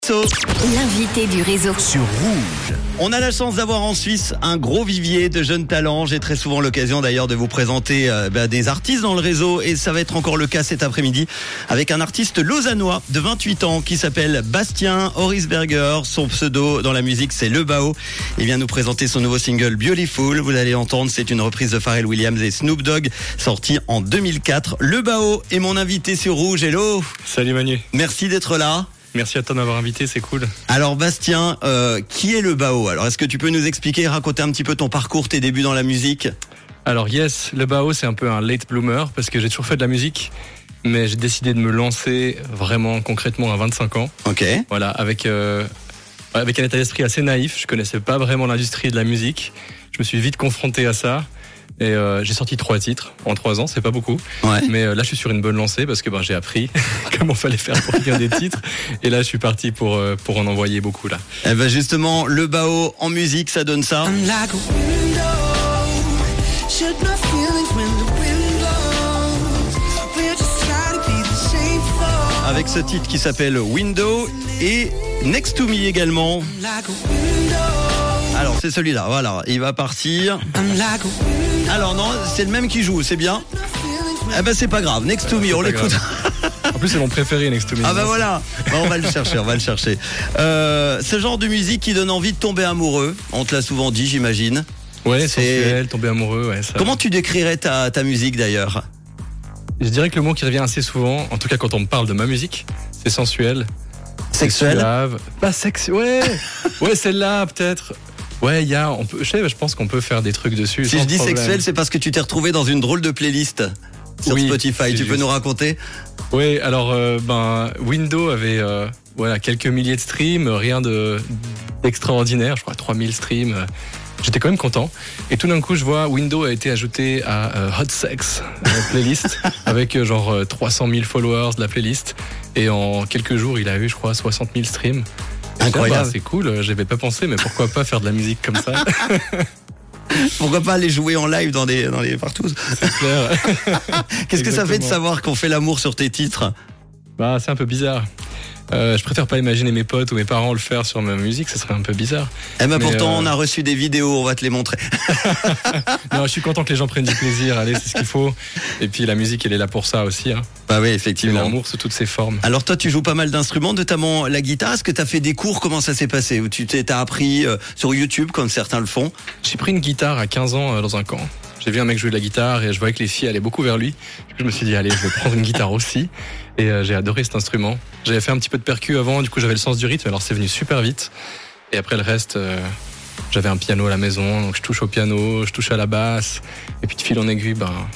L'invité du réseau sur Rouge. On a la chance d'avoir en Suisse un gros vivier de jeunes talents. J'ai très souvent l'occasion d'ailleurs de vous présenter des artistes dans le réseau et ça va être encore le cas cet après-midi avec un artiste lausannois de 28 ans qui s'appelle Bastien Horisberger. Son pseudo dans la musique c'est Le Bao. Il vient nous présenter son nouveau single Beautiful. Vous allez entendre, c'est une reprise de Pharrell Williams et Snoop Dogg sorti en 2004. Le Bao est mon invité sur Rouge. Hello. Salut Manu. Merci d'être là. Merci à toi de m'avoir invité, c'est cool. Alors Bastien, qui est Le Bao ? Alors est-ce que tu peux nous expliquer, raconter un petit peu ton parcours, tes débuts dans la musique ? Alors Le Bao c'est un peu un late bloomer parce que j'ai toujours fait de la musique, mais j'ai décidé de me lancer vraiment concrètement à 25 ans. Ok. Voilà, avec un état d'esprit assez naïf, je connaissais pas vraiment l'industrie de la musique. Je me suis vite confronté à ça. Et j'ai sorti 3 titres en 3 ans, c'est pas beaucoup. Ouais. Mais là, je suis sur une bonne lancée parce que j'ai appris comment fallait faire pour écrire des titres. Et là, je suis parti pour en envoyer beaucoup là. Eh ben justement, Le Bao en musique, ça donne ça. Avec ce titre qui s'appelle Window et Next to Me également. Alors c'est celui-là, voilà, il va partir. Alors non, c'est le même qui joue, c'est bien. Eh ben c'est pas grave, Next to Me, on l'écoute. En plus c'est mon préféré, Next to Me. Ah ben voilà, on va le chercher, ce genre de musique qui donne envie de tomber amoureux, on te l'a souvent dit j'imagine. Ouais, sensuel, tomber amoureux, ouais. Ça... Comment tu décrirais ta musique d'ailleurs ? Je dirais que le mot qui revient assez souvent, en tout cas quand on me parle de ma musique, c'est sensuel. Sexuel ? Pas sexuel, ouais celle-là peut-être. Ouais, je pense qu'on peut faire des trucs dessus. Si je dis problème. sexuel, c'est parce que tu t'es retrouvé dans une drôle de playlist sur Spotify. Tu peux nous raconter ? Oui, alors Window avait quelques milliers de streams, rien d'extraordinaire, je crois 3000 streams. J'étais quand même content. Et tout d'un coup, je vois Window a été ajouté à Hot Sex, la playlist, avec 300 000 followers de la playlist. Et en quelques jours, il a eu, je crois, 60 000 streams. Incroyable. C'est cool, j'avais pas pensé, mais pourquoi pas faire de la musique comme ça ? Pourquoi pas aller jouer en live dans les partout ? C'est clair. Qu'est-ce que ça fait de savoir qu'on fait l'amour sur tes titres ? C'est un peu bizarre. Je préfère pas imaginer mes potes ou mes parents le faire sur ma musique, ça serait un peu bizarre. Pourtant, on a reçu des vidéos, on va te les montrer. Non, je suis content que les gens prennent du plaisir, allez, c'est ce qu'il faut. Et puis la musique, elle est là pour ça aussi. Hein. Bah oui, effectivement. L'amour sous toutes ses formes. Alors toi, tu joues pas mal d'instruments, notamment la guitare. Est-ce que tu as fait des cours ? Comment ça s'est passé ? Ou tu t'as appris sur YouTube, comme certains le font ? J'ai pris une guitare à 15 ans dans un camp. J'ai vu un mec jouer de la guitare et je voyais que les filles allaient beaucoup vers lui. Je me suis dit, allez, je vais prendre une guitare aussi. Et j'ai adoré cet instrument. J'avais fait un petit peu de percu avant, du coup j'avais le sens du rythme, alors c'est venu super vite. Et après le reste, j'avais un piano à la maison, donc je touche au piano, je touche à la basse. Et puis de fil en aiguille,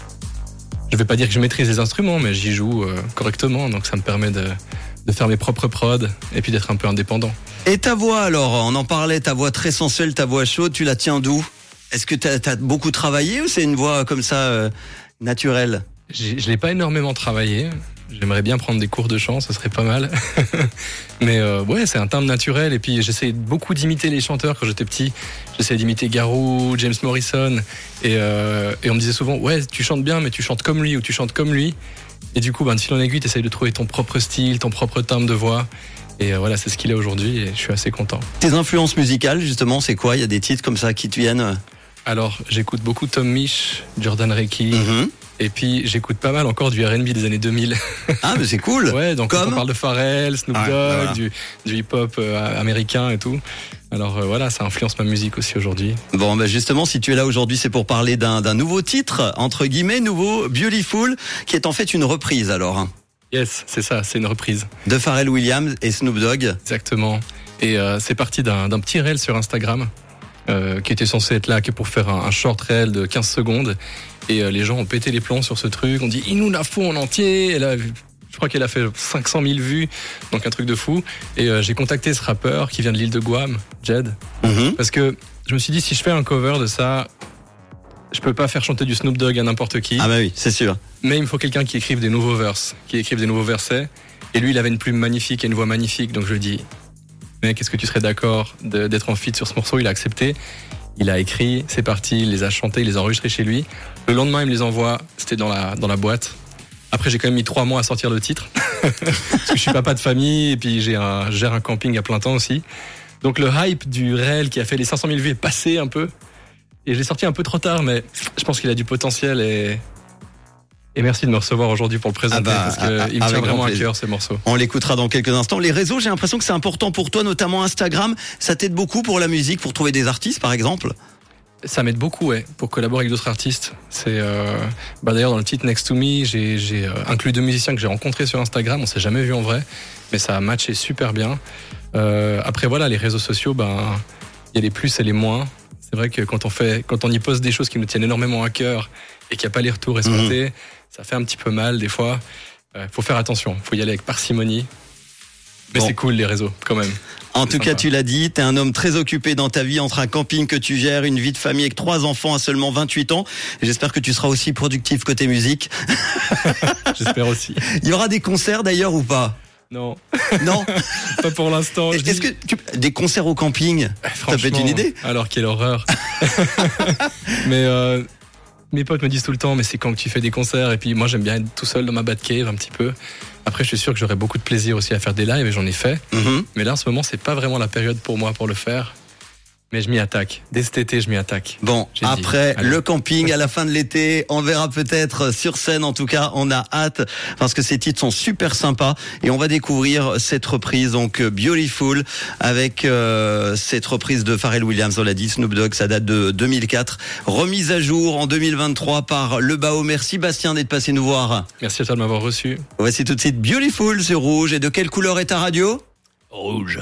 je vais pas dire que je maîtrise les instruments, mais j'y joue correctement, donc ça me permet de faire mes propres prods et puis d'être un peu indépendant. Et ta voix alors, on en parlait, ta voix très sensuelle, ta voix chaude, tu la tiens d'où ? Est-ce que t'as beaucoup travaillé ou c'est une voix comme ça naturelle ? Je l'ai pas énormément travaillé. J'aimerais bien prendre des cours de chant, ça serait pas mal. Mais c'est un timbre naturel. Et puis j'essayais beaucoup d'imiter les chanteurs quand j'étais petit. J'essayais d'imiter Garou, James Morrison. Et on me disait souvent, ouais, tu chantes bien, mais tu chantes comme lui ou tu chantes comme lui. Et du coup, de fil en aiguille, t'essayes de trouver ton propre style, ton propre timbre de voix. Et c'est ce qu'il est aujourd'hui et je suis assez content. Tes influences musicales, justement, c'est quoi ? Il y a des titres comme ça qui te viennent ? Alors, j'écoute beaucoup Tom Misch, Jordan Reiki. Mm-hmm. Et puis j'écoute pas mal encore du R&B des années 2000. Ah mais c'est cool. Ouais, donc on parle de Pharrell, Snoop Dogg, voilà. du hip-hop américain et tout. Alors ça influence ma musique aussi aujourd'hui. Bon justement, si tu es là aujourd'hui, c'est pour parler d'un nouveau titre, entre guillemets, nouveau, Beautiful, qui est en fait une reprise alors. Yes, c'est ça, c'est une reprise. De Pharrell Williams et Snoop Dogg. Exactement. Et c'est parti d'un petit reel sur Instagram. Qui était censé être là que pour faire un short réel de 15 secondes et les gens ont pété les plombs sur ce truc, on dit il nous la faut en entier, je crois qu'elle a fait 500 000 vues, donc un truc de fou. Et j'ai contacté ce rappeur qui vient de l'île de Guam, Jed, parce que je me suis dit si je fais un cover de ça, je peux pas faire chanter du Snoop Dogg à n'importe qui. Ah bah oui, c'est sûr. Mais il me faut quelqu'un qui écrive des nouveaux verses, qui écrive des nouveaux versets, et lui il avait une plume magnifique et une voix magnifique, donc je lui dis mec, est-ce que tu serais d'accord d'être en feat sur ce morceau ? Il a accepté. Il a écrit, c'est parti, il les a chantés, il les a enregistrés chez lui. Le lendemain, il me les envoie, c'était dans la boîte. Après, j'ai quand même mis 3 mois à sortir le titre. Parce que je suis papa de famille et puis je gère un camping à plein temps aussi. Donc le hype du réel qui a fait les 500 000 vues est passé un peu. Et je l'ai sorti un peu trop tard, mais je pense qu'il a du potentiel et merci de me recevoir aujourd'hui pour le présenter parce qu'il me tient vraiment à cœur ces morceaux. On l'écoutera dans quelques instants. Les réseaux, j'ai l'impression que c'est important pour toi, notamment Instagram. Ça t'aide beaucoup pour la musique, pour trouver des artistes par exemple? Ça m'aide beaucoup, ouais, pour collaborer avec d'autres artistes. C'est d'ailleurs dans le titre Next to Me, j'ai inclus 2 musiciens que j'ai rencontrés sur Instagram. On s'est jamais vu en vrai, mais ça a matché super bien. Après voilà, les réseaux sociaux, il y a les plus et les moins. C'est vrai que quand on y poste des choses qui nous tiennent énormément à cœur et qu'il n'y a pas les retours escomptés, ça fait un petit peu mal des fois. Faut faire attention, faut y aller avec parcimonie. Mais c'est cool les réseaux quand même. En tout cas, tu l'as dit, t'es un homme très occupé dans ta vie entre un camping que tu gères, une vie de famille avec 3 enfants à seulement 28 ans. Et j'espère que tu seras aussi productif côté musique. J'espère aussi. Il y aura des concerts d'ailleurs ou pas? Non. Non. Pas pour l'instant. Est-ce que des concerts au camping, ça peut être une idée? Alors quelle horreur. Mais mes potes me disent tout le temps, mais c'est quand que tu fais des concerts? Et puis moi j'aime bien être tout seul dans ma Batcave un petit peu. Après je suis sûr que j'aurai beaucoup de plaisir aussi à faire des lives et j'en ai fait. Mais là en ce moment c'est pas vraiment la période pour moi pour le faire. Mais je m'y attaque. Dès cet été, je m'y attaque. Bon, après le camping, à la fin de l'été, on verra peut-être sur scène. En tout cas, on a hâte parce que ces titres sont super sympas et on va découvrir cette reprise, donc Beautiful, avec cette reprise de Pharrell Williams. On l'a dit, Snoop Dogg, ça date de 2004. Remise à jour en 2023 par Le Bao. Merci Bastien d'être passé nous voir. Merci à toi de m'avoir reçu. Voici tout de suite Beautiful sur Rouge. Et de quelle couleur est ta radio? Rouge.